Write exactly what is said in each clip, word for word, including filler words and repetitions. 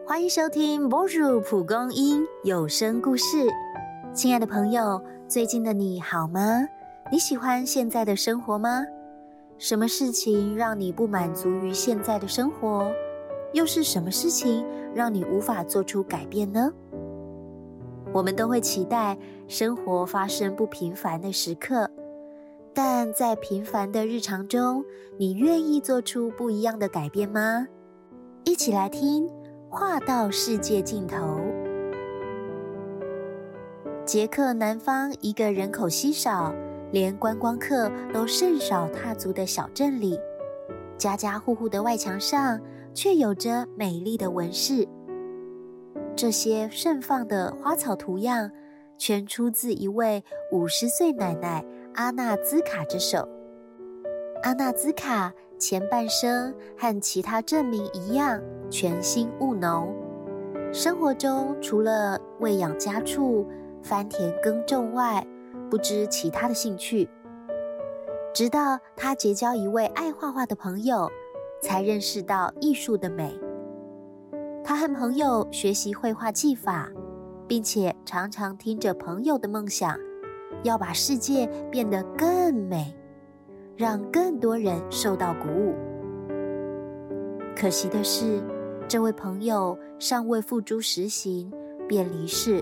欢迎收听波主蒲公英有声故事。亲爱的朋友，最近的你好吗？你喜欢现在的生活吗？什么事情让你不满足于现在的生活？又是什么事情让你无法做出改变呢？我们都会期待生活发生不平凡的时刻，但在平凡的日常中，你愿意做出不一样的改变吗？一起来听画到世界尽头。捷克南方一个人口稀少，连观光客都甚少踏足的小镇里，家家户户的外墙上却有着美丽的纹饰。这些盛放的花草图样全出自一位五十岁奶奶阿纳兹卡之手。阿纳兹卡前半生和其他镇民一样全心务农，生活中除了喂养家畜、翻田耕种外，不知其他的兴趣。直到他结交一位爱画画的朋友，才认识到艺术的美。他和朋友学习绘画技法，并且常常听着朋友的梦想，要把世界变得更美，让更多人受到鼓舞。可惜的是，这位朋友尚未付诸实行，便离世。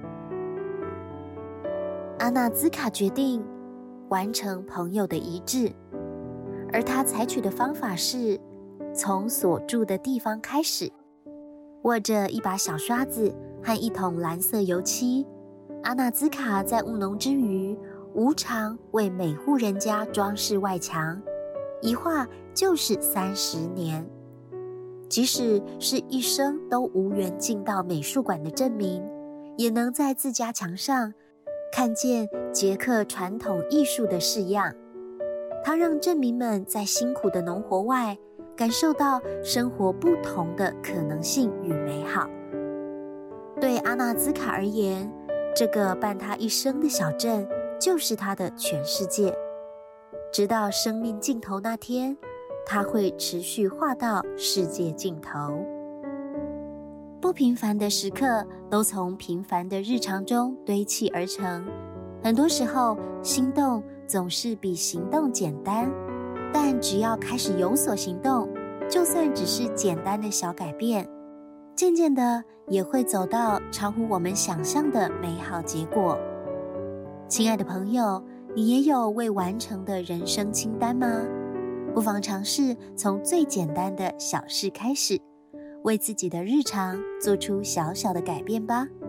阿纳兹卡决定完成朋友的遗志，而他采取的方法是从所住的地方开始。握着一把小刷子和一桶蓝色油漆，阿纳兹卡在务农之余，无偿为每户人家装饰外墙，一画就是三十年。即使是一生都无缘进到美术馆的镇民，也能在自家墙上看见捷克传统艺术的式样。他让镇民们在辛苦的农活外，感受到生活不同的可能性与美好。对阿纳兹卡而言，这个伴他一生的小镇就是他的全世界。直到生命尽头那天，他会持续画到世界尽头。不平凡的时刻都从平凡的日常中堆砌而成。很多时候，心动总是比行动简单，但只要开始有所行动，就算只是简单的小改变，渐渐的也会走到超乎我们想象的美好结果。亲爱的朋友，你也有未完成的人生清单吗？不妨尝试从最简单的小事开始，为自己的日常做出小小的改变吧。